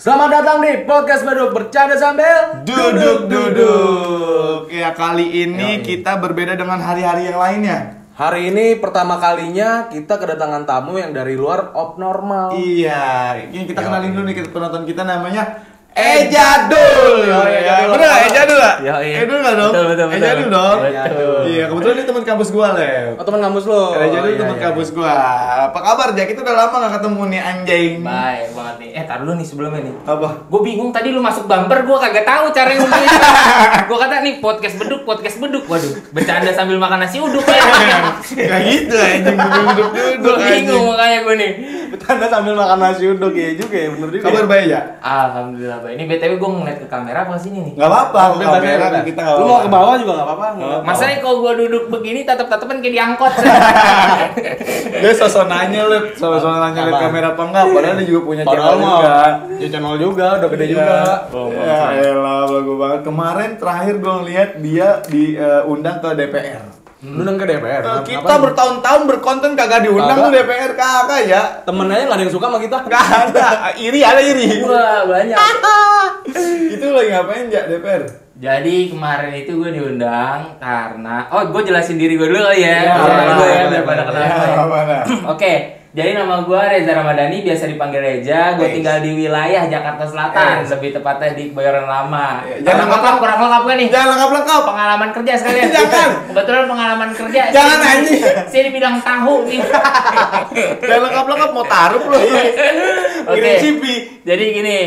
Selamat datang di Podcast Beduk, bercanda sambil duduk. Ya kali ini kita berbeda dengan hari-hari yang lainnya. Hari ini pertama kalinya kita kedatangan tamu yang dari luar abnormal. Iya, ini kita kenalin dulu nih penonton kita namanya Ejadul. Bener gak Ejadul lah? Ejadul gak dong? Betul. Ejadul dong? Betul. Iya, kebetulan ini teman kampus gua, Lev. Oh, teman kampus lo. Ejadul teman kampus gua. Apa kabar, Jak? Kita udah lama gak ketemu nih, anjing. Baik banget nih. Tar dulu nih sebelumnya nih. Apa? Gue bingung tadi lu masuk bumper, gue kagak tahu cara ngomongnya. Gue kata nih podcast beduk. Waduh, bercanda sambil makan nasi uduk ya. Gak gitu anjing, duduk. Gue bingung makanya gue nih. Bercanda sambil makan nasi uduk ya juga ya, bener juga. Kabar baik ya? Alhamdulillah baik. Ini BTW gue ngeliat ke kamera apa sini nih? Gak apa-apa, kamera kita gak apa-apa. Lu mau ke bawah juga gak apa-apa. Masanya kalau gue duduk begini tatap-tatapan kayak diangkot. Dia sosok nanya liat kamera apa enggak, padahal dia juga punya channel juga. Ya channel juga, udah gede juga. Ya elah, bagus banget. Kemarin terakhir gue ngeliat dia diundang ke DPR. Lu nang ke DPR. Kita bertahun-tahun berkonten kagak diundang ke DPR, kagak ya. Temen aja gak ada yang suka sama kita. Gak ada, ada iri. Wah banyak. Itu lagi ngapain ya DPR? Jadi kemarin itu gue diundang karena gue jelasin diri gue dulu kali ya. Biar pada kenal. Oke, jadi nama gue Reza Ramadhani, biasa dipanggil Reza. Gue tinggal di wilayah Jakarta Selatan, lebih tepatnya di Kebayoran Lama. Jangan kurang lengkap kan nih? Jangan lengkap. Pengalaman kerja sekalian. Jangan. Kebetulan pengalaman kerja. Jangan anjing. Saya di bidang tahu nih. Jangan lengkap mau taruh lu. Oke. Jadi gini,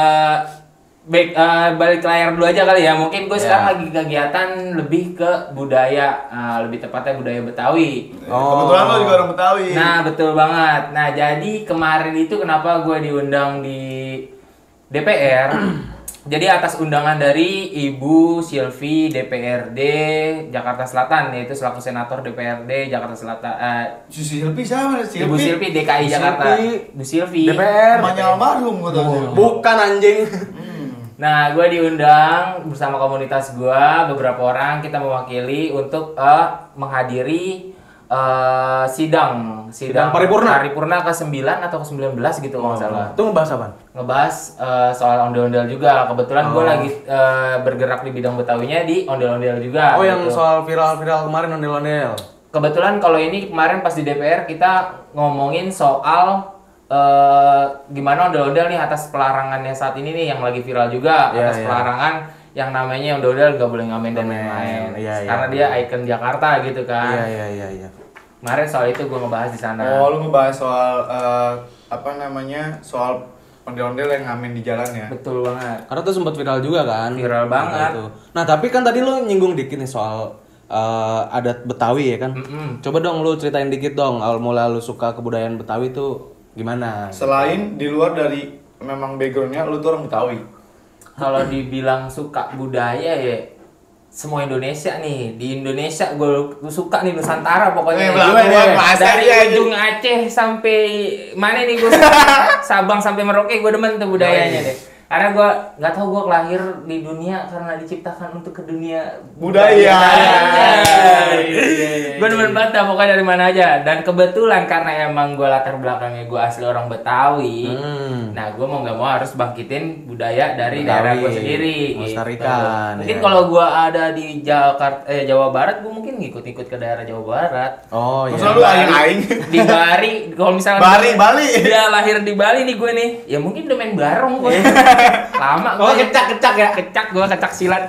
balik ke layar dulu aja kali ya. Mungkin gue sekarang lagi kegiatan lebih ke budaya, lebih tepatnya budaya Betawi. Kebetulan lo juga orang Betawi. Nah betul banget. Nah jadi kemarin itu kenapa gue diundang di DPR? Jadi atas undangan dari Ibu Silvi DPRD Jakarta Selatan, yaitu selaku senator DPRD Jakarta Selatan. Silvi siapa? Ibu Silvi DKI Jakarta. Bu Silvi. DPR. Temannya almarhum gue tahu. Bukan anjing. Nah, gue diundang bersama komunitas gue, beberapa orang kita mewakili untuk menghadiri sidang paripurna ke-9 atau ke-19 gitu kalau nggak salah. Itu ngebahas apa? Ngebahas soal ondel-ondel juga. Kebetulan gue lagi bergerak di bidang Betawinya di ondel-ondel juga. Oh, yang gitu. soal viral kemarin ondel-ondel. Kebetulan kalau ini kemarin pas di DPR kita ngomongin soal gimana ondel-ondel nih atas pelarangannya saat ini nih yang lagi viral juga, atas pelarangan yang namanya ondel-ondel gak boleh ngamen dan lain-lain. Karena dia ikon Jakarta gitu kan. Iya. Kemarin soal itu gue ngebahas di sana. Oh, lu ngebahas soal soal ondel-ondel yang ngamen di jalan ya? Betul banget. Karena tuh sempat viral juga kan. Viral banget. Nah, tapi kan tadi lu nyinggung dikit nih soal adat Betawi ya kan. Coba dong lu ceritain dikit dong awal mula lu suka kebudayaan Betawi tuh gimana? Selain di luar dari memang backgroundnya lu tuh orang Betawi. Kalau dibilang suka budaya ya semua Indonesia nih. Di Indonesia gue suka nih Nusantara pokoknya. Dari ujung Aceh sampai mana nih gue Sabang sampai Merauke gue demen tuh budayanya deh. Karena gue nggak tahu gue lahir di dunia karena diciptakan untuk ke dunia budaya. Gue demen banget dah pokoknya dari mana aja. Dan kebetulan karena emang gue latar belakangnya gue asli orang Betawi. Nah gue mau nggak mau harus bangkitin budaya dari daerah gue sendiri. Melestarikan. Mungkin kalau gue ada di Jawa Barat, gue mungkin ngikut-ikut ke daerah Jawa Barat. Oh iya. Selalu aing-aing. Di Bali, kalau misalnya Bali. Dia lahir di Bali nih gue nih. Ya mungkin udah main barong gue. Lama gue kecak ya. Kecak silat.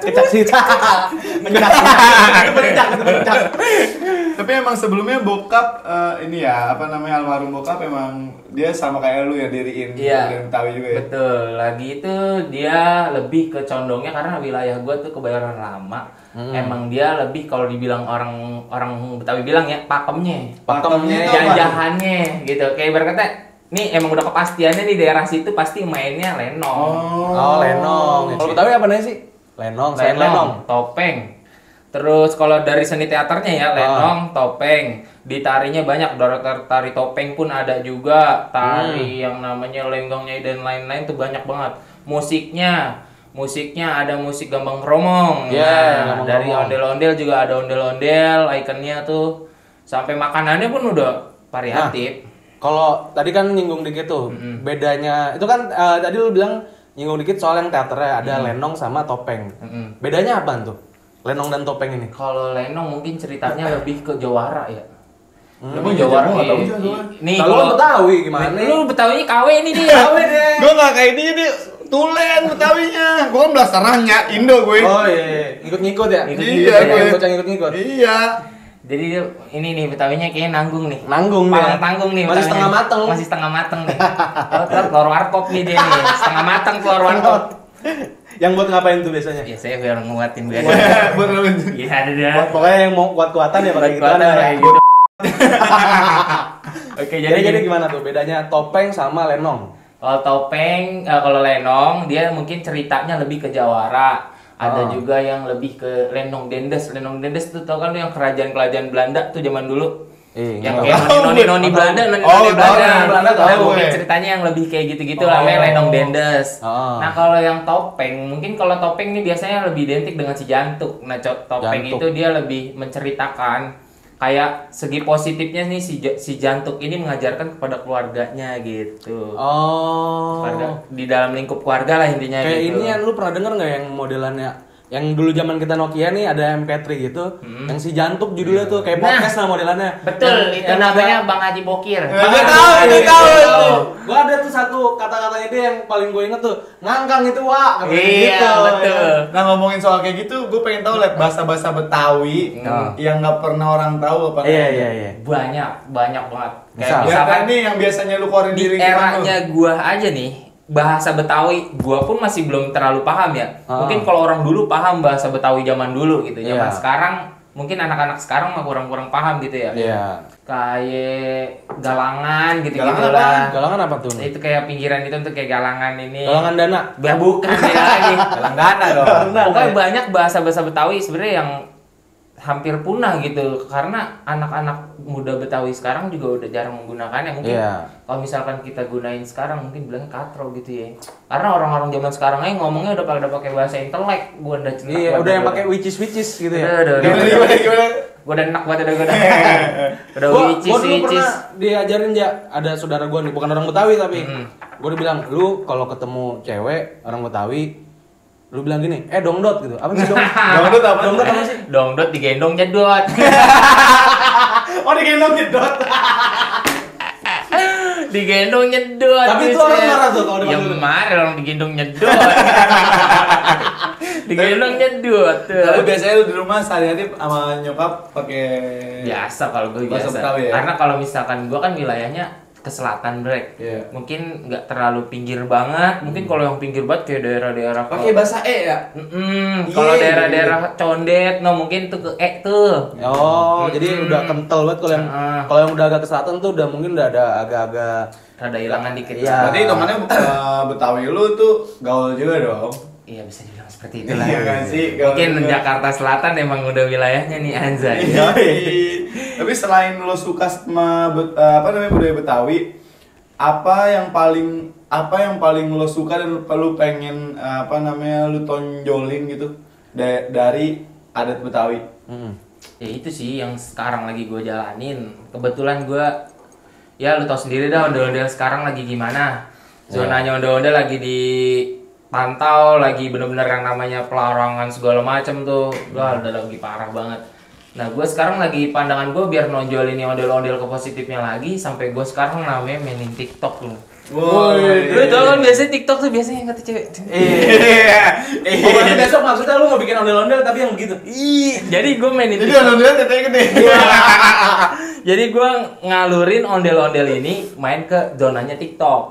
Bencak. Tapi emang sebelumnya bokap ini ya, almarhum bokap emang dia sama kayak lu ya diriin Betawi juga ya. Betul. Lagi itu dia lebih ke condongnya karena wilayah gue tuh Kebayoran Lama. Emang dia lebih kalau dibilang orang Betawi bilang ya pakemnya, jajahannya gitu. Kayak berkata nih emang udah kepastiannya di daerah situ pasti mainnya lenong. Oh, lenong. Kalau Betawi apa nih sih? Lenong, topeng. Terus kalau dari seni teaternya ya lenong, topeng. Ditarinya banyak, tari topeng pun ada juga. Tari yang namanya lenggongnya dan lain-lain tuh banyak banget. Musiknya ada musik gambang kromong. Dari ondel-ondel juga ada ondel-ondel, ikonnya tuh. Sampai makanannya pun udah variatif. Kalau tadi kan nyinggung dikit tuh, bedanya itu kan tadi lu bilang nyinggung dikit soal yang teaternya ada lenong sama topeng. Bedanya apa tuh? Lenong dan topeng ini? Kalau lenong mungkin ceritanya lebih ke jawara ya. Emang Jawara nggak tahu nih. Kalau Betawi gimana? Lu Betawi KW ini dia. KW deh. Gue nggak kayak dia tulen Betawinya. Gue kan belasarannya Indo gue. Oh iya, ngikut-ngikut ya? Iya, gue. Bocah ngikut-ngikut. Iya. Jadi ini nih Betawinya kayaknya nanggung nih. Nanggung dia. Tanggung nih. Masih setengah mateng. Masih setengah mateng nih. Telur warkop nih dia nih. Setengah mateng telur warkop. Yang buat ngapain tuh biasanya? Ya saya biar nguatin biar. Buat apa? Iya ada dah. Pokoknya yang mau kuat-kuatan ya pakai gitu Kayak ya. gitu. Oke, Jadi gimana tuh bedanya topeng sama lenong? Kalau topeng, kalau lenong dia mungkin ceritanya lebih ke jawara. Ada juga yang lebih ke lenong dendes. Lenong dendes tuh tau kan yang kerajaan-kerajaan Belanda tuh zaman dulu. Yang kayak noni Belanda, noni Belanda. Nah, mungkin ceritanya yang lebih kayak gitu-gitu namanya lenong dendes. Nah, kalau yang topeng, mungkin kalau topeng ini biasanya lebih identik dengan si jantuk. Nah, topeng itu dia lebih menceritakan kayak segi positifnya nih si jantuk ini mengajarkan kepada keluarganya gitu. Keluarga, di dalam lingkup keluarga lah intinya. Kayak gitu. ini ya, lu pernah denger nggak yang modelannya yang dulu zaman kita Nokia nih ada MP3 gitu, yang si jantuk judulnya tuh kayak podcast lah modelannya. Betul, itu namanya Bang Haji Bokir. Tahu. Gua ada tuh satu kata-katanya dia yang paling gue inget tuh, ngangkang itu Wak. Iya, betul. Nah ngomongin soal kayak gitu, gue pengen tahu bahasa-bahasa Betawi yang nggak pernah orang tahu apa. Iya. Banyak banget. Misal. Misalkan nih yang biasanya lu keluarin di eranya gua aja nih. Bahasa Betawi, gua pun masih belum terlalu paham ya. Mungkin kalau orang dulu paham bahasa Betawi zaman dulu gitu. Zaman sekarang, mungkin anak-anak sekarang mah kurang-kurang paham gitu ya. Iya. Kayak galangan gitu Galangan apa tuh? Itu kayak pinggiran itu untuk kayak galangan ini. Galangan dana. Bukan beda lagi. Galang dana dong. Pokoknya banyak bahasa-bahasa Betawi sebenarnya yang hampir punah gitu karena anak-anak muda Betawi sekarang juga udah jarang menggunakannya. Mungkin kalau misalkan kita gunain sekarang mungkin bilangnya katro gitu ya. Karena orang-orang zaman sekarang aja ngomongnya udah pakai bahasa intelek. Gua udah cenak. Iya, udah yang pakai which is gitu ya. Gimana? Gua udah enak banget udah Gua dulu pernah diajarin ya, ada saudara gua nih bukan orang Betawi tapi gua dibilang, "Lu kalau ketemu cewek orang Betawi lu bilang gini, dongdot gitu." Apa sih Dongdot apa? Dongdot apa sih? Dongdot digendong jedot. Oh, digendong jedot. Digendong nyedot. Tapi itu orang marah tuh kalau dipanggil. Ya marah orang digendong nyedot. Digendong nyedot. Tapi biasanya lu di rumah sehari-hari sama nyokap pakai biasa kalau gue biasa. Betawi, ya? Karena kalau misalkan gue kan wilayahnya ke selatan Brek. Mungkin nggak terlalu pinggir banget. Mungkin kalau yang pinggir banget kayak daerah-daerah pakai bahasa ya. Kalau daerah-daerah Condet, mungkin tuh ke tuh. Jadi udah kental banget kalau yang udah agak ke selatan tuh udah mungkin udah ada agak-agak rada hilangan dikit. Iya. Berarti hitungannya Betawi lu tuh gaul juga dong. Iya bisa dibilang seperti itu lah. Iya kan sih. Mungkin Jakarta Selatan emang udah wilayahnya nih anjay. Tapi selain lo suka sama budaya Betawi, apa yang paling lo suka dan lo pengen lo tonjolin gitu dari adat Betawi? Ya itu sih yang sekarang lagi gue jalanin. Kebetulan gue ya lu tau sendiri dah ondel-ondel sekarang lagi gimana. Zonanya ondel-ondel lagi dipantau, lagi bener-bener yang namanya pelarangan segala macam tuh. Udah lagi parah banget. Nah gue sekarang lagi pandangan gue biar nonjolin yang ondel-ondel ke positifnya lagi. Sampai gue sekarang namanya mainin TikTok loh. Lu tau kan biasanya TikTok tuh biasanya kata cewek. Pokoknya besok maksudnya lu mau bikin ondel-ondel tapi yang begitu. Jadi gue mainin TikTok. Jadi ondel-ondel tetenya gede. Jadi gue ngalurin ondel-ondel ini main ke zonanya TikTok.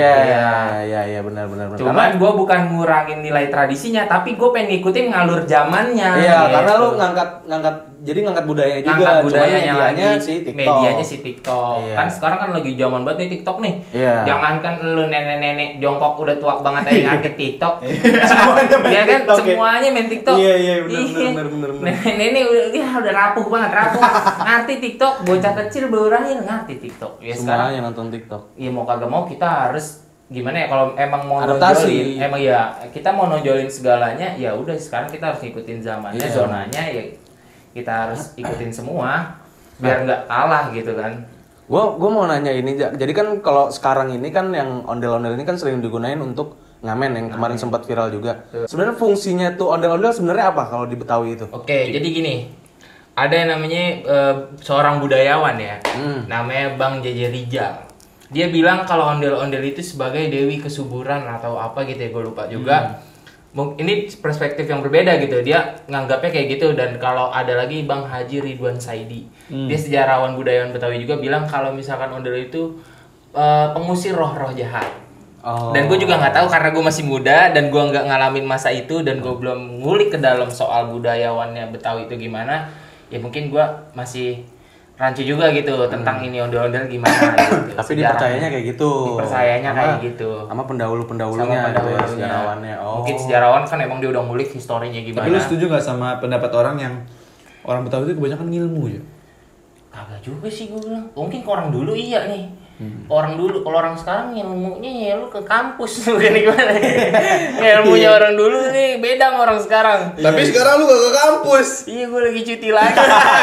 Iya benar. Cuman gue bukan ngurangin nilai tradisinya, tapi gue pengen ngikutin ngalur zamannya. Iya, karena lu ngangkat budayanya juga. Ngangkat budayanya lagi, TikTok. medianya si TikTok. Kan sekarang kan lagi zaman banget nih TikTok nih. Jangankan lu nenek-nenek jongkok udah tua banget aja ngangkat TikTok. Iya kan, semuanya main TikTok. Iya, benar. Nenek-nenek udah rapuh banget, ngerti TikTok. Bocah kecil baru lahir ngerti TikTok. Ya sekarang semuanya nonton TikTok. Iya mau kagak mau kita harus gimana ya kalau emang mau adaptasi. Nonjolin, emang ya kita mau nonjolin segalanya ya udah sekarang kita harus ngikutin zamannya, zonanya ya kita harus ikutin semua biar nggak kalah gitu kan. Gua mau nanya ini, jadi kan kalau sekarang ini kan yang ondel-ondel ini kan sering digunain untuk ngamen yang kemarin sempat viral juga. Sebenarnya fungsinya tuh ondel-ondel sebenarnya apa kalau di Betawi itu? Oke, jadi gini. Ada yang namanya seorang budayawan ya. Namanya Bang JJ Rijal. Dia bilang kalau ondel-ondel itu sebagai dewi kesuburan atau apa gitu ya, gue lupa juga. Ini perspektif yang berbeda gitu, dia nganggapnya kayak gitu. Dan kalau ada lagi Bang Haji Ridwan Saidi, dia sejarawan budayawan Betawi juga bilang kalau misalkan ondel itu pengusir roh-roh jahat. Dan gue juga nggak tahu karena gue masih muda dan gue nggak ngalamin masa itu dan gue belum ngulik ke dalam soal budayawannya Betawi itu gimana. Ya mungkin gue masih rancu juga gitu tentang ini ondel-ondel gimana gitu. Tapi dipercayanya kayak gitu. Dipercayanya kayak gitu. Sama pendahulu-pendahulunya gitu ya, sejarawannya. Mungkin sejarawan kan emang dia udah ngulik historinya gimana. Tapi lu setuju nggak sama pendapat orang yang orang Betawi itu kebanyakan ngilmu ya? Kagak juga sih gue bilang. Mungkin ke orang dulu iya nih. Orang dulu, kalau orang sekarang ilmunya ya lu ke kampus bukan gimana. Ilmunya orang dulu nih beda sama orang sekarang. Tapi sekarang lu gak ke kampus. Iya, gue lagi cuti lagi.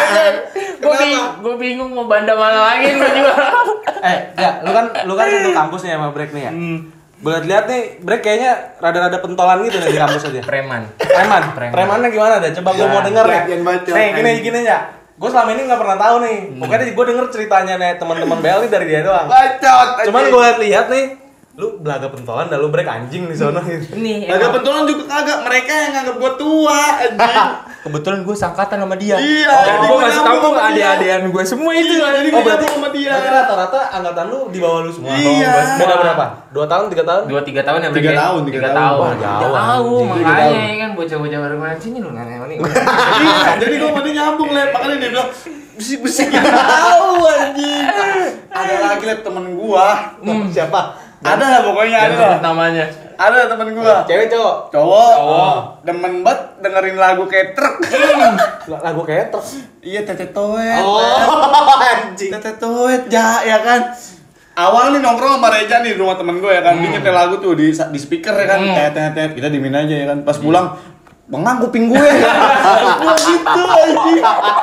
Gue bingung mau banda mana lagi gue juga. Ya, lu kan satu kampus nih sama Brek nih ya. Boleh lihat nih, Brek kayaknya rada-rada pentolan gitu nih di kampus aja. Premannya gimana deh? Coba gue mau denger nih. Gini ya. Gue selama ini nggak pernah tahu nih. Pokoknya gue denger ceritanya nih teman-teman Bel nih dari dia doang. Bacot. Cuman gue lihat nih, lu belaga pentolan dah lu Brek anjing di sono gitu. Nih, Belaga pentolan juga kagak. Mereka yang nganggap gue tua anjing. kebetulan gue sangkatan sama dia. Iya. Jadi gue masih tahu adik-adikan gue semua itu. Jadi gue berarti sama dia. Berarti rata-rata angkatan lu di bawah lu semua. Iya. Beda berapa? 2 tahun, 3 tahun? 2-3 tahun ya. 3 tahun. 3 tahun. Wah, jauh, Makanya kan bocah-bocah baru ngaji nih lu nanya nih. Iya. Jadi gue mau nyambung lep. Makanya dia bilang bisik-bisik gitu. Tahu anjing. Ada lagi lep temen gua. Siapa? Ada lah pokoknya ada lah. Namanya. Ada temen gua. Cewek cowok? Cowok. Demen banget dengerin lagu kayak truk. Lagu kayak truk. Iya, Tete Toet. Anjing. Tete Toet ya kan. Awal nih nongkrong sama Reja nih di rumah temen gue ya kan. Dia nyetel lagu tuh di speaker ya kan. Tet. Kita dimin aja ya kan. Pas pulang Bang kuping gue. Gue gitu anjing.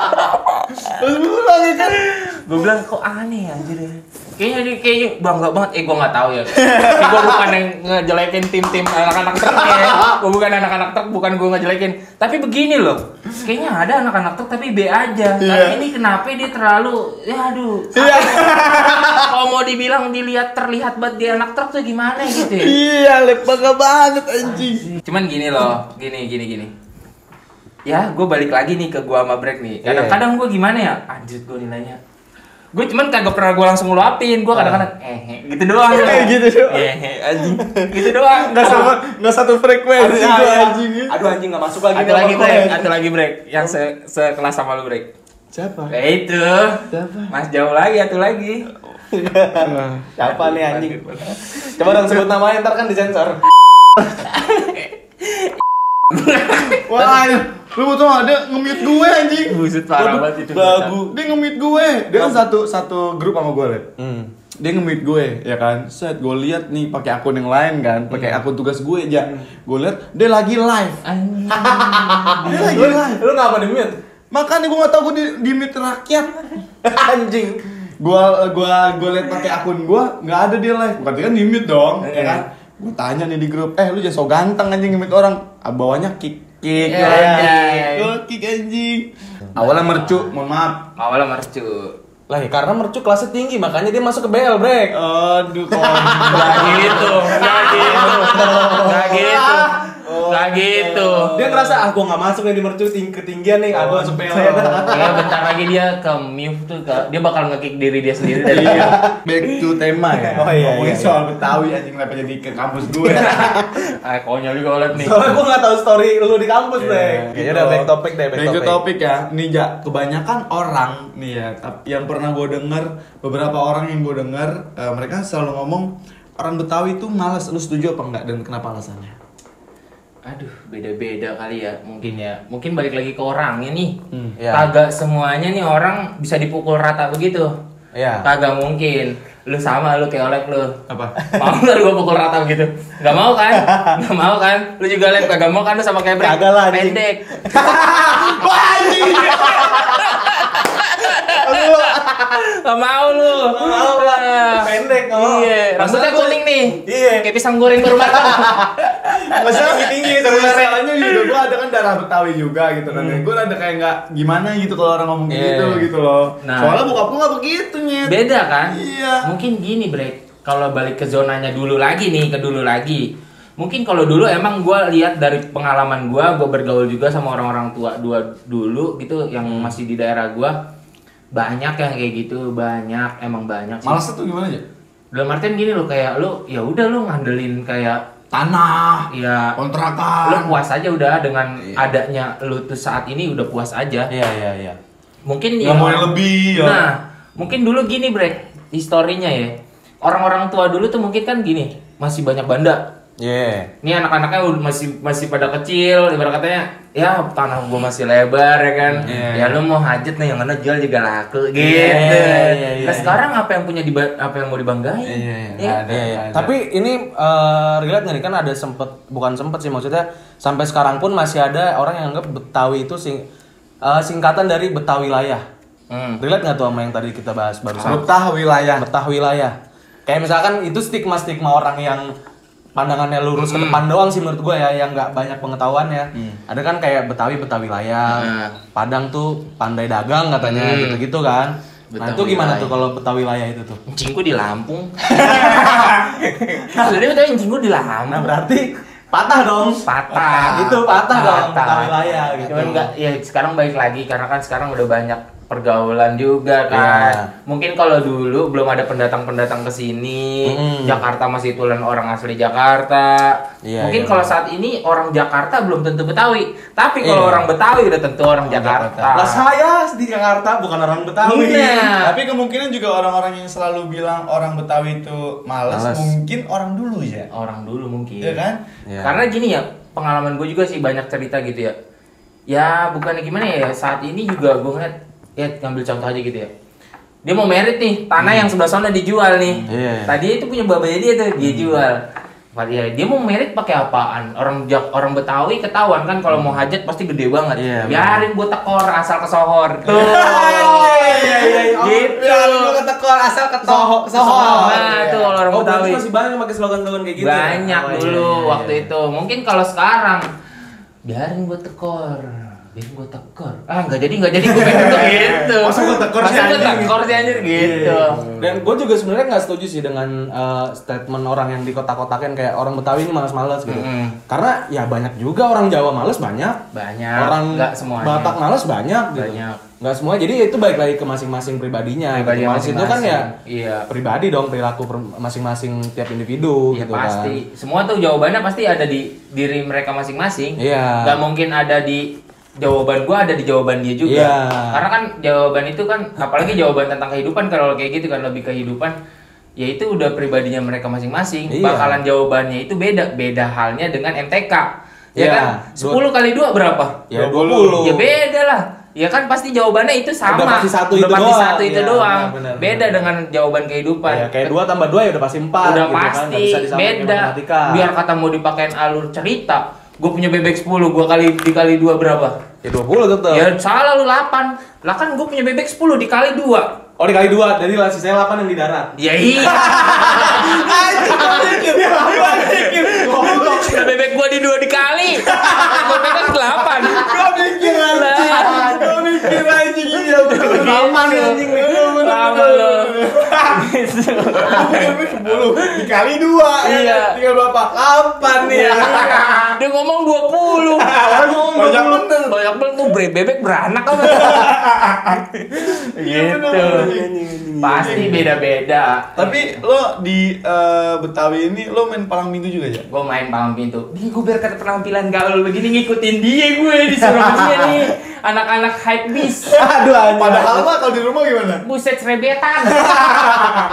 Pas pulang ya kan. Gue bilang kok aneh anjir ya. Kayaknya bangga banget. Gue nggak tahu ya. Gue bukan yang ngejelekin tim anak-anak truk ya. Gue bukan anak-anak truk, bukan gue ngejelekin. Tapi begini loh. Kayaknya ada anak-anak truk tapi B aja. Tapi ini kenapa dia terlalu aduh. Kalau mau dibilang terlihat banget dia anak truk tuh gimana gitu ya. Iya, lep bangga banget anjing. Cuman gini loh, gini. Ya, gue balik lagi nih ke gua sama Brek nih. Kadang-kadang gue gimana ya? Anjir gue nilainya. Gue cuman kagak pernah gue langsung ngeluapin. Gue kadang-kadang gitu doang. Gitu doang. Anjing. Gitu doang. Enggak satu frekuensi gue anjing. Aduh anjing enggak masuk lagi. Ada lagi Brek. Yang sekelas sama lu Brek. Siapa? Itu. Siapa? Mas jauh lagi, atu lagi. Siapa nih anjing? Coba dong sebut namanya, ntar kan disensor. Wah, lu tuh ada nge-mute gue anjing. Buset parah banget itu. Dia nge-mute gue. Dia kan satu grup sama gue, Lep. Dia nge-mute gue, ya kan. Set gue lihat nih pakai akun yang lain kan, pakai akun tugas gue aja. Gue lihat dia lagi live. Dia lagi live. Lu ngapa di-mute? Makanya gue enggak tahu gue di mute rakyat. Anjing. Gua lihat pakai akun gua enggak ada dia live. Berarti kan di mute dong, ya kan? Gue tanya nih di grup, lu jangan so ganteng anjing nge-mute orang. Bawahnya kick anjing. Awalnya mercu, mohon maaf. Awalnya mercu. Lah ya, karena mercu kelasnya tinggi, makanya dia masuk ke BL, Brek. Aduh, Gak gitu. Dia ngerasa, gue gak masuk nih di mercu ketinggian nih, gue masuk BL ya. Ya bentar lagi dia ke MIF tuh, dia bakal nge-kick diri dia sendiri dari dia. Back to tema ya. Oh iya. Ngomongin soal Betawi anjing kenapa jadi ke kampus gue. Konyol juga liat nih. Soalnya gue gak tahu story lu di kampus, Brek. Kayaknya udah back topic deh, back to topic ya. Nih, kebanyakan orang nih ya, yang pernah gue denger, beberapa orang yang gue denger, mereka selalu ngomong orang Betawi itu malas. Lu setuju apa enggak dan kenapa alasannya? Aduh, beda-beda kali ya, mungkin ya. Mungkin balik lagi ke orangnya nih. Ya. Kagak semuanya nih orang bisa dipukul rata begitu. Iya. Kagak mungkin. Lu sama, lu kayak Olek lu. Apa? Mau nggak lu gua pukul rata begitu? Gak mau kan? Gak mau kan? Lu juga Olek, kagak mau kan lu sama kayak Brek? Kagak lah, anjing. Pendek. Wah, anjing. Gak mau lu. Pendek kok. Iya, rambutnya kuning nih. Iya. Kayak pisang goreng baru matang. Masalah tinggi masalahnya juga gue ada kan darah Betawi juga gitu kan. Gue ada kayak nggak gimana gitu kalau orang ngomong gitu loh. Nah. Soalnya bokap gue nggak begitu Nyet. Beda kan? Iya. Mungkin gini, Bre. Kalau balik ke zonanya dulu lagi nih, ke dulu lagi. Mungkin kalau dulu emang gue lihat dari pengalaman gue bergaul juga sama orang-orang tua dulu gitu yang masih di daerah gue, banyak yang kayak gitu, emang banyak sih. Malasnya tuh gimana aja? Dalam artian gini loh, kayak lu ya udah lu ngandelin kayak Tanah, ya kontrakan. lu puas aja udah dengan adanya lu tuh saat ini udah puas aja. Iya. Mungkin Nggak mau yang lebih ya. Nah, mungkin dulu gini, Bre, historinya ya. Orang-orang tua dulu tuh mungkin kan gini, masih banyak banda. Iya. Ini anak-anaknya masih pada kecil, ibarat katanya, ya tanah gua masih lebar ya kan. Ya lu mau hajat nih yang mana jual juga laku gitu. Iya. Nah, sekarang apa yang mau dibanggain? Iya. Tapi ini relate nggak nih, kan ada bukan sempet sih, maksudnya sampai sekarang pun masih ada orang yang anggap Betawi itu singkatan dari Betawilayah. Relate nggak tuh sama yang tadi kita bahas barusan? Betawilayah. Kayak misalkan itu stigma orang yang pandangannya lurus ke depan doang sih menurut gue ya, yang nggak banyak pengetahuan ya. Ada kan kayak Betawilayah, Padang tuh pandai dagang katanya gitu-gitu kan. Nah itu gimana tuh kalau Betawilayah itu tuh? Encingku di Lampung. Jadi betul encingku di Lampung. Nah berarti patah dong. Patah. Itu patah dong Betawilayah gitu. Cuman enggak, ya sekarang balik lagi karena kan sekarang udah banyak pergaulan juga kan. Mungkin kalau dulu belum ada pendatang ke sini, Jakarta masih tulen orang asli Jakarta. Mungkin kalau saat ini orang Jakarta belum tentu Betawi, tapi kalau orang Betawi udah tentu orang Jakarta. Lah saya di Jakarta bukan orang Betawi. Tapi kemungkinan juga orang-orang yang selalu bilang orang Betawi itu malas. Mungkin orang dulu ya. Orang dulu mungkin. Iya kan? Karena gini ya, pengalaman gue juga sih banyak cerita gitu ya. Ya bukannya gimana ya, saat ini juga gue ngeliat, ya ngambil contoh aja gitu ya. Dia mau merit nih, tanah yang sebelah sana dijual nih. Tadi itu punya babanya dia tuh, dia jual. Dia mau merit pakai apaan? Orang Betawi ketahuan kan kalau mau hajat pasti gede banget. Biarin gua tekor asal ke sohor. Tuh. Gitu. Biarin gua tekor asal ke sohor. Nah, itu kalau orang Betawi. Masih banyak pakai slogan-slogan kayak gitu. Banyak dulu waktu itu. Mungkin kalau sekarang biarin gua tekor. Enggak jadi gue pengen tuh gitu. Masa gue tekor sih anjir gitu. Dan gue juga sebenarnya nggak setuju sih dengan statement orang yang di kotak-kotakin kayak orang Betawi ini malas-malas gitu. Karena ya banyak juga orang Jawa malas banyak. Orang Batak malas banyak gitu. Nggak semua, jadi itu balik lagi ke masing-masing pribadinya. Malas itu kan ya pribadi dong, perilaku masing-masing tiap individu gitu pasti. Kan. Semua tuh jawabannya pasti ada di diri mereka masing-masing. Nggak mungkin ada di jawaban gua, ada di jawaban dia juga. Karena kan jawaban itu kan, apalagi jawaban tentang kehidupan, kalau kayak gitu kan lebih kehidupan, ya itu udah pribadinya mereka masing-masing. Bakalan jawabannya itu beda halnya dengan MTK. Ya kan? 10 kali 2 berapa? Ya 20. Ya beda lah. Ya kan pasti jawabannya itu sama. Udah pasti satu itu doang. Bener. Beda dengan jawaban kehidupan. Kayak 2 tambah 2 ya udah pasti 4. Udah gitu pasti kan? beda. Biar kata mau dipakein alur cerita, gue punya bebek 10, gue dikali 2 berapa? Ya 20 tetep. Ya salah lu 8. Lah kan gue punya bebek 10 dikali 2. Oh dikali 2, jadi lah sisanya 8 yang di darat. Ya iya. Nah, bebek gue di 2 dikali. Gue pegang 8. Gue mikir anjing iya. Aman anjing. Lama lo. 10 dikali 2. Iya. Tinggal berapa? 8 nih. Dia ngomong 20. Banyak bener. Banyak bener tuh bebek beranak apa? Gitu. Pasti beda-beda. Tapi lo di Betawi ini lo main palang pintu juga ya? Gue main palang pintu. Nih gue biar kata penampilan gaul begini ngikutin dia gue disuruh dia nih. Anak-anak hype bis. Aduh anjing. Padahal mah kalau di rumah gimana? Buset serebetan.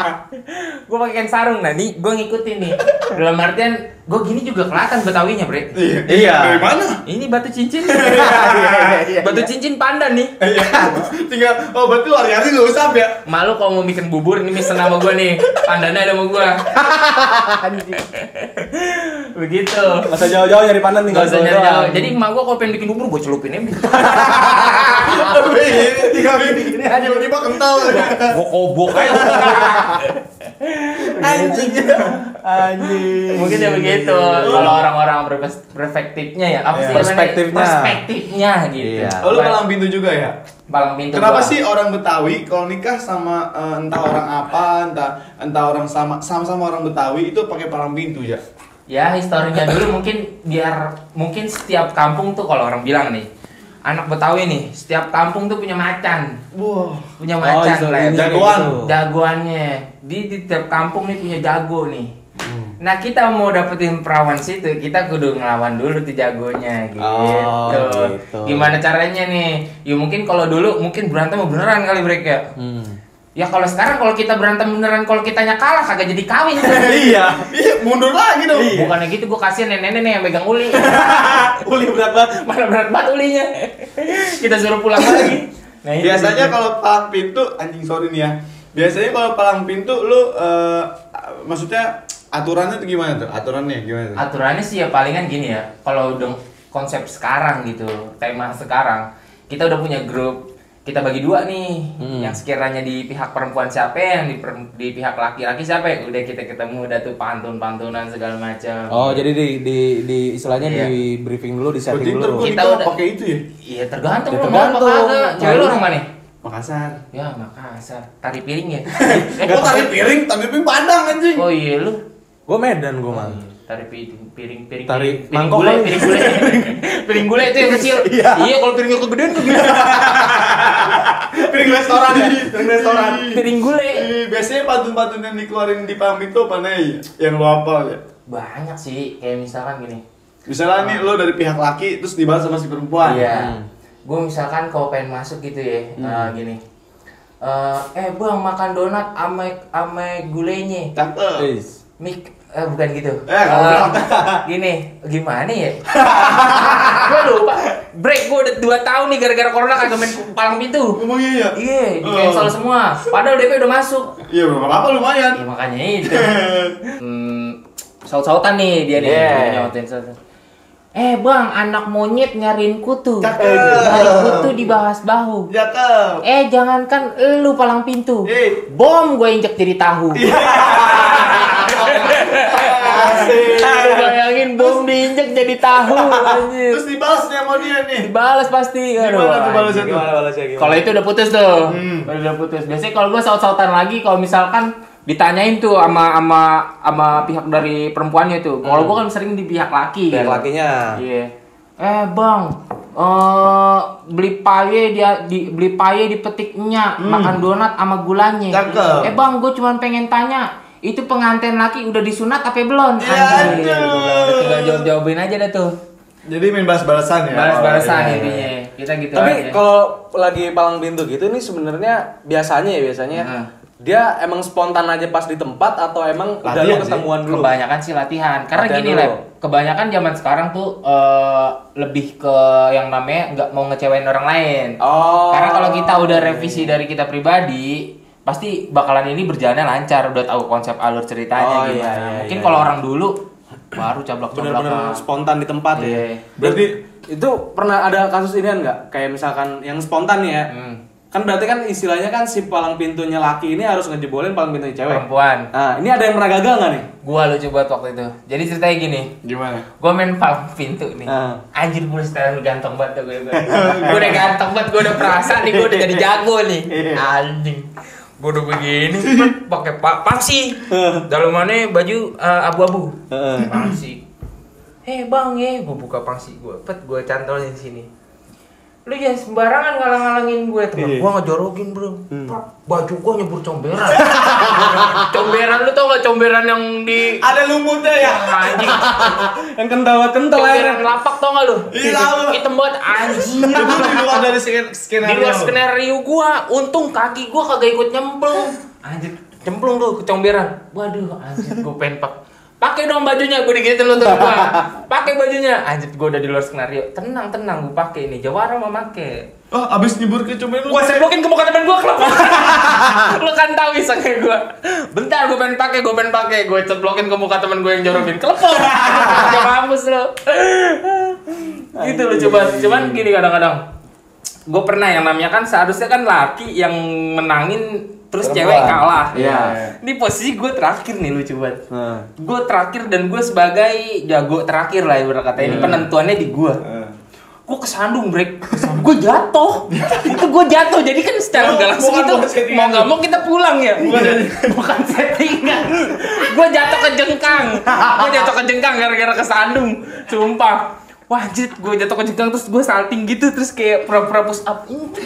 Gue pakai kain sarung. Nah nih gue ngikutin nih. Dalam artian gue gini juga kelihatan Betawinya, Bre. Iya. Dari mana? Ini batu cincin. Batu cincin pandan nih. Iya. Tinggal berarti hari-hari lu usap ya. Malu kalau mau bikin bubur ini mesen sama gua nih. Pandannya ada sama gua. Begitu. Nggak usah jauh-jauh nyari pandan nih. Gak usah nyari-nyari. Jadi emak gua kalau pengen bikin bubur gua celupin aja. Tinggal bikin aja tiba-tiba kental. Gua kobok aja. Anjing. Mungkin ya begitu. Kalau orang-orang perspektifnya ya, apa sih? Perspektifnya gitu. Iya. Oh, lu palang pintu juga ya? Palang pintu. Kenapa gua. sih orang Betawi kalau nikah sama entah orang apa, entah orang sama orang Betawi itu pakai palang pintu ya? Ya historinya dulu mungkin setiap kampung tuh kalau orang bilang nih anak Betawi nih setiap kampung tuh punya macan. Wow. Punya macan lah. Jagoan. Jagoannya di tiap kampung nih punya jago nih. Nah kita mau dapetin perawan situ kita kudu ngelawan dulu tuh jagonya gitu. gitu. Gimana caranya nih? Ya mungkin kalau dulu mungkin berantem beneran kali mereka. Ya kalau sekarang kalau kita berantem beneran kalau kitanya kalah kagak jadi kawin. Iya. Iya, mundur lagi dong. Bukannya gitu gue kasihan nenek-nenek yang megang uli. Uli berat banget. Mana berat banget ulinya. Kita suruh pulang lagi. Nah, Biasanya kalau palang pintu, anjing sorry nih ya. Biasanya kalau palang pintu lu maksudnya aturannya tuh gimana tuh? Aturannya gimana tuh? aturannya sih ya palingan gini ya. Kalau udah konsep sekarang gitu, tema sekarang, kita udah punya grup. Kita bagi dua nih, yang sekiranya di pihak perempuan siapa, yang di pihak laki-laki siapa, udah kita ketemu, udah tuh pantun-pantunan segala macam. Oh, jadi di istilahnya Iya. di briefing dulu, di setting dulu. Kita Kita udah- pakai itu ya? Iya tergantung Ya, lu mau tergantung. apa kagak. Cewek lu orang mana? Makassar. Ya Makassar, tari piring ya. Oh, tadi piring Padang anjing. Oh iya lu. Gua Medan gua mah. Tari piring Tari piring mangkok gulai, kali. piring gulai. Piring gulai itu yang kecil. Iya, kalau piringnya kegedean tuh gila. Piring restoran ya? Piring restoran. Piring gulai. Biasanya pantun-pantun yang dikeluarin di palang pintu apa nih? Yang lu hafal ya? Banyak sih, kayak misalkan gini. Misalnya nih lu dari pihak laki terus dibahas sama si perempuan. Iya. Gue misalkan kalau pengen masuk gitu ya, gini. Bang makan donat ame gulainya. Cakep. Is. Bukan gitu. Kalau Gini, gimana ya? Gue lupa. Break gue udah 2 tahun nih gara-gara corona kagak main palang pintu. ngomong iya ya? Iya, di cancel semua. Padahal DP udah masuk. Iya, belum apa-apa lumayan. Ya makanya itu. Saut-sautan nih dia nih. Yeah. Dia nyautin sautan. Bang, anak monyet nyariin kutu. Cakep. Nyari kutu dibahas bahu. Cakep. Jangankan lu palang pintu. Bom gue injek jadi tahu. Asik. Lu bayangin bom diinjek jadi tahu anjir. Terus dibalasnya sama dia nih. Dibalas pasti. Gimana tuh balasnya tuh? Gimana balasnya gimana? Kalau itu udah putus tuh. Kalau udah putus. Biasanya kalau gue saut-sautan lagi kalau misalkan ditanyain tuh sama pihak dari perempuannya tuh. Kalau gue kan sering di pihak laki. Pihak gitu. lakinya. Iya. Bang, beli paye dipetiknya, makan donat sama gulanya. Cakep. Bang, gue cuma pengen tanya, itu pengantin laki udah disunat apa belum? Ya, Anjir. aduh. Tinggal jawab-jawabin aja dah tuh. Jadi main balas-balasan ya. Balas-balasan Oh, iya. intinya. Kita gitu Tapi aja. kalau lagi palang pintu gitu nih sebenarnya biasanya dia emang spontan aja pas di tempat atau emang udah Latihan lo ketemuan dulu? Kebanyakan sih latihan. Karena Latihan gini dulu. lah, kebanyakan zaman sekarang tuh lebih ke yang namanya nggak mau ngecewain orang lain. Oh. Karena kalau kita udah revisi dari kita pribadi, pasti bakalan ini berjalannya lancar, udah tahu konsep alur ceritanya Oh, gimana. iya, iya, Mungkin iya, kalau iya. orang dulu baru cablok-cablokan. Bener-bener spontan di tempat ya. Iya. Berarti Itu pernah ada kasus ini nggak? Kayak misalkan yang spontan nih ya. Kan berarti kan istilahnya kan si palang pintunya laki ini harus ngejebolin palang pintunya cewek. Perempuan. Nah, ini ada yang pernah gagal nggak nih? Gua lucu banget waktu itu. Jadi ceritanya gini. gimana? Gue main palang pintu nih. Anjir gue sekarang ganteng banget tuh gue. Gue udah ganteng banget, gue udah perasa nih, gue udah jadi jago nih. Anjing. Gue udah begini, pakai pangsi. Dalamannya baju abu-abu. Pangsi. Bang gue buka pangsi gue, gue cantolin sini. Lu jangan sembarangan ngalang-ngalangin gue, teman gue ngejorokin bro. Baju gue nyebur comberan. Comberan lu tau gak comberan yang di Ada lumutnya ya? anjing. Yang kental Comberan lapak tau gak lu? Iya, tahu. Hitam banget anjing. Itu di luar dari Di skenario. luar skenario gua, untung kaki gua kagak ikut nyemplung. Anjir, cemplung tuh ke comberan. Waduh, anjir gua pengen pakai dong bajunya, gue digituin lu tuh gua. Pakai bajunya. Anjir, gue udah di luar skenario. Tenang, gue pakai ini. Jawara mau make. Oh, abis nyebur ke cuman lu. Gua seblokin ke muka temen gua kelapa. Lu kan tahu isengnya gua. Bentar, gue pengen pakai. Gue ceblokin ke muka temen gue yang jorokin. Kelepon. Udah mampus lu. Gitu lu coba. Cuman gini kadang-kadang. Gue pernah yang namanya kan seharusnya kan laki yang menangin terus cewek kalah. Iya. Ini posisi gue terakhir nih lucu banget. Gue terakhir dan gue sebagai jago terakhir lah ibarat kata ini penentuannya di gue. Gue kesandung break, gue jatuh. Itu gue jatuh. Jadi kan secara nggak langsung itu mau nggak mau kita pulang ya. Bukan settingan. Gue jatuh ke jengkang gara-gara kesandung. Sumpah. Wah anjir, gue jatuh ke jengkang terus gue salting gitu terus kayak pura-pura push up.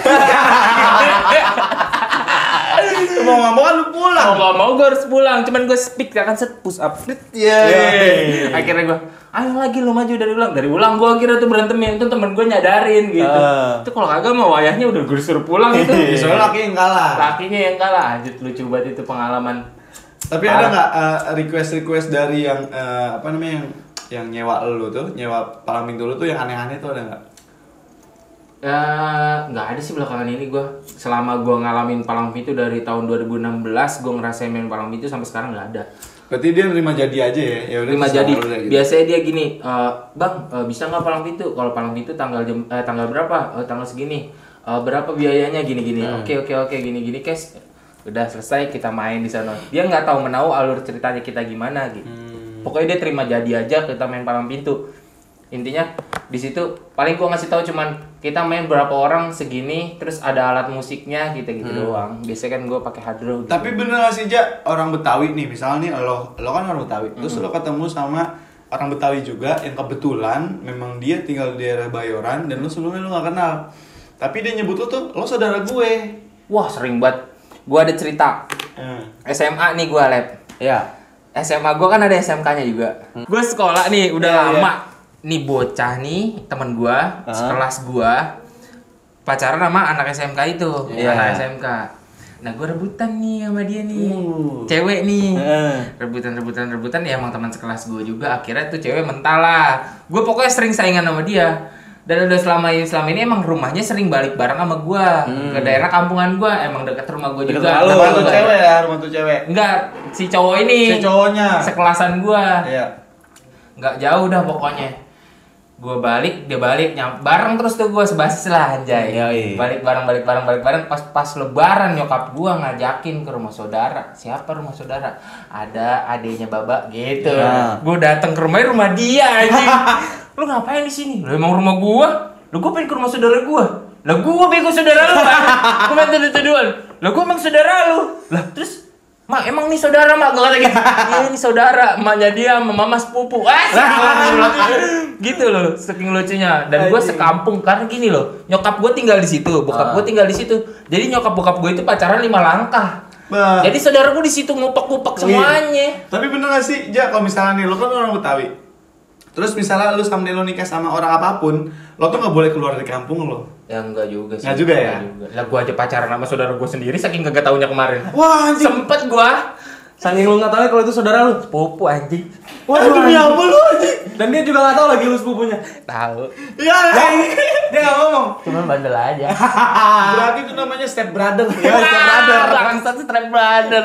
Mau nggak mau kan lu pulang. Mau nggak mau gue harus pulang, cuman gue speak kan set push up. Akhirnya gue, ayo lagi lu maju dari ulang gue akhirnya tuh berantemnya itu temen gue nyadarin gitu. Itu kalau kagak mau wayahnya udah gue suruh pulang itu. Soalnya Lakinya yang kalah. Anjir lucu banget itu pengalaman. Tapi ada nggak request dari yang apa namanya yang nyewa lu tuh, nyewa palang pintu lu tuh yang aneh-aneh tuh ada nggak? Nggak ada sih belakangan ini gue. Selama gue ngalamin palang pintu dari tahun 2016, gue ngerasain main palang pintu sampai sekarang nggak ada. Berarti dia nerima jadi aja ya? Ya udah. Nerima jadi. Gitu. Biasanya dia gini, bang bisa nggak palang pintu? Kalau palang pintu tanggal berapa? Tanggal segini. Berapa biayanya? Gini-gini. Oke gini-gini cash. Udah selesai kita main di sana. Dia nggak tahu menau alur ceritanya kita gimana gitu. Pokoknya dia terima jadi aja kita main palang pintu. Intinya di situ paling gua ngasih tahu cuman kita main berapa orang segini terus ada alat musiknya gitu doang. Biasanya kan gua pakai hardrock. Tapi bener gak sih Ja, orang Betawi nih misalnya nih lo kan orang Betawi. Terus lo ketemu sama orang Betawi juga yang kebetulan memang dia tinggal di daerah Bayoran dan lo sebelumnya lo gak kenal. Tapi dia nyebut lo saudara gue. Wah, sering banget. Gua ada cerita. SMA nih gua lab. Iya. SMA gue kan ada SMK-nya juga. Gue sekolah nih udah lama. Nih bocah nih temen gue, sekelas gue pacaran sama anak SMK itu, anak SMK. Nah gue rebutan nih sama dia nih, cewek nih. Rebutan ya emang teman sekelas gue juga. Akhirnya tuh cewek mental lah. Gue pokoknya sering saingan sama dia. Dan udah selama ini emang rumahnya sering balik bareng sama gue ke daerah kampungan gue, emang dekat rumah gue juga. Rumah tuh cewek ya, rumah tuh cewek. Enggak, si cowok ini. Si cowoknya. Sekelasan gue. Iya. Enggak jauh dah pokoknya. Gue balik, dia balik, bareng terus tuh gue sebasis lah anjay. Balik bareng. Pas lebaran nyokap gue ngajakin ke rumah saudara. Siapa rumah saudara? Ada adenya Baba gitu. Gue datang ke rumah dia anjing. Lu ngapain di sini? Lu emang rumah gua? Lu gua pengen ke rumah saudara gua. Lah gua bego saudara lu kan? Gua main tuduh-tuduhan. Lah gua emang saudara lu. Lah terus Mak emang nih saudara mak gua kata gitu. Iya ini saudara, emaknya dia sama mama sepupu. Gitu loh, saking lucunya. Dan gua sekampung karena gini loh. Nyokap gua tinggal di situ, bokap gua tinggal di situ. Jadi nyokap bokap gua itu pacaran 5 langkah. Jadi saudara gua di situ ngupek-ngupek semuanya. Tapi bener gak sih, Ja, kalau misalnya nih lo kan orang Betawi. Terus misalnya lu sampai lo nikah sama orang apapun, lo tuh nggak boleh keluar dari kampung lo. Ya enggak juga sih. Enggak juga ya? Lah gua aja pacaran sama saudara gua sendiri saking kagak taunya kemarin. Wah, anjing. Sempet gua. Saking lu nggak tahu kalau itu saudara lu. Sepupu anjing. Wah, demi apa lu anjing? Dan dia juga nggak tahu lagi lu sepupunya. Tahu. Iya. Dia nggak ngomong. Cuman bandel aja. Berarti itu namanya step brother. Ya, step brother. Bangsat step brother.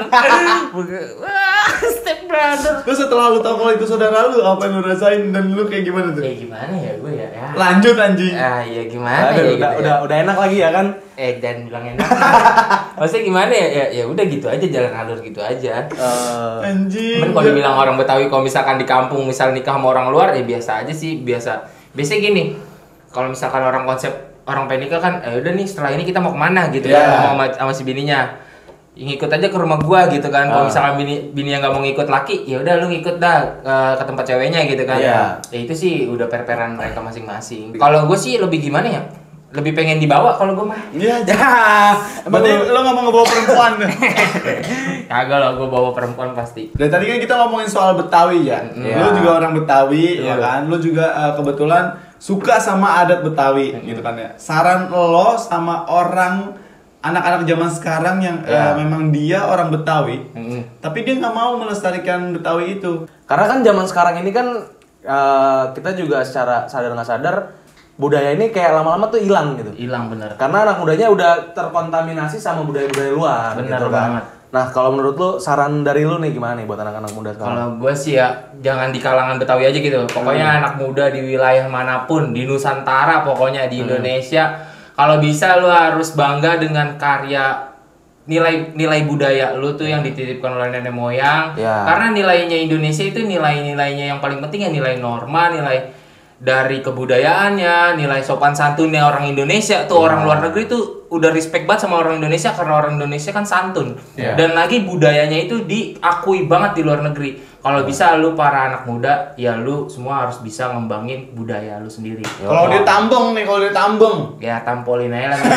Step brother. Terus setelah lu tahu kalau itu saudara lu, apa yang lu rasain dan lu kayak gimana tuh? Gimana ya gue ya? Lanjut anjing. Ya gimana ya? Udah enak lagi ya kan? Dan bilang enak. Maksudnya gimana ya? Ya udah gitu aja, jalan alur gitu aja. Anjing. Cuman kalau dibilang orang Betawi kalau misalkan di kampung misal nikah sama orang luar ya biasa aja sih, biasanya gini. Kalau misalkan orang pengen nikah kan, udah nih setelah ini kita mau kemana gitu kan sama si bininya. Ngikut aja ke rumah gua gitu kan. Kalau misalkan bini yang nggak mau ngikut laki, ya udah lu ngikut dah ke tempat ceweknya gitu kan. Ya itu sih udah perperan mereka masing-masing. Kalau gua sih lebih gimana ya? Lebih pengen dibawa kalau gue mah. Iya. Berarti lo nggak mau ngebawa perempuan? Kagak lah, gue bawa perempuan pasti. Dari tadi kan kita ngomongin soal Betawi ya. Lo juga orang Betawi ya kan. Lo juga kebetulan suka sama adat Betawi gitu kan ya. Saran lo sama orang anak-anak zaman sekarang yang memang dia orang Betawi, tapi dia nggak mau melestarikan Betawi itu. Karena kan zaman sekarang ini kan kita juga secara sadar nggak sadar budaya ini kayak lama-lama tuh hilang gitu. Hilang bener. Karena anak mudanya udah terkontaminasi sama budaya-budaya luar. Bener gitu banget. Kan? Nah, kalau menurut lu saran dari lu nih gimana nih buat anak-anak muda sekarang? Kalau gue sih ya jangan di kalangan Betawi aja gitu. Pokoknya anak muda di wilayah manapun, di Nusantara pokoknya di Indonesia, kalau bisa lu harus bangga dengan karya nilai budaya lu tuh yang dititipkan oleh nenek moyang. Ya. Karena nilainya Indonesia itu nilai-nilainya yang paling penting ya nilai norma, nilai dari kebudayaannya, nilai sopan santunnya orang Indonesia tuh orang luar negeri tuh udah respect banget sama orang Indonesia karena orang Indonesia kan santun. Dan lagi budayanya itu diakui banget di luar negeri. Kalau bisa lu para anak muda, ya lu semua harus bisa ngembangin budaya lu sendiri. Kalau dia tambeng nih, kalau dia tambeng. Ya tampolin aja lah.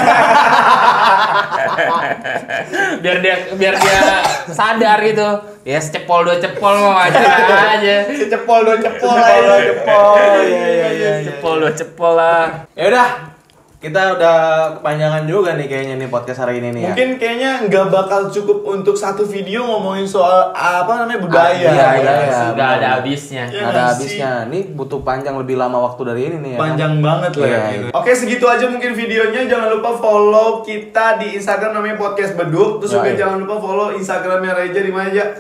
biar dia sadar gitu. Ya secepol dua cepol mah wajar aja. Cepol dua cepol. Iya. Cepol dua cepol lah. Ya udah, kita udah kepanjangan juga nih kayaknya nih podcast hari ini nih ya. Mungkin kayaknya nggak bakal cukup untuk satu video ngomongin soal apa namanya budaya. Iya. Nggak ada habisnya. Ya, Nggak ada habisnya. Ini butuh panjang lebih lama waktu dari ini nih ya. Panjang banget lah Iya, ya. iya. Oke, segitu aja mungkin videonya. Jangan lupa follow kita di Instagram namanya Podcast Beduk. Terus juga Iya. jangan lupa follow Instagramnya Reja di mana aja.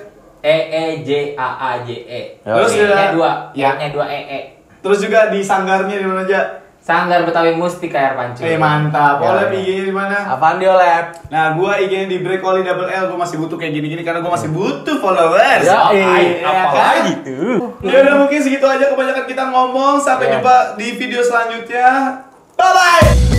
EEJAAJE. Terus E-nya dua, ya. Y-nya dua EE. Terus juga di sanggarnya di mana aja. Sanggar Betawi Mustika Air Pancur. Mantap. Ya, Oleh ya. IG-nya di mana? Apaan dia, Lab? Nah, gua IG-nya di Breakoli double L. Gua masih butuh kayak gini-gini karena gua masih butuh followers. Ya, apalagi tuh. Ya udah mungkin segitu aja kebanyakan kita ngomong. Sampai jumpa di video selanjutnya. Bye bye.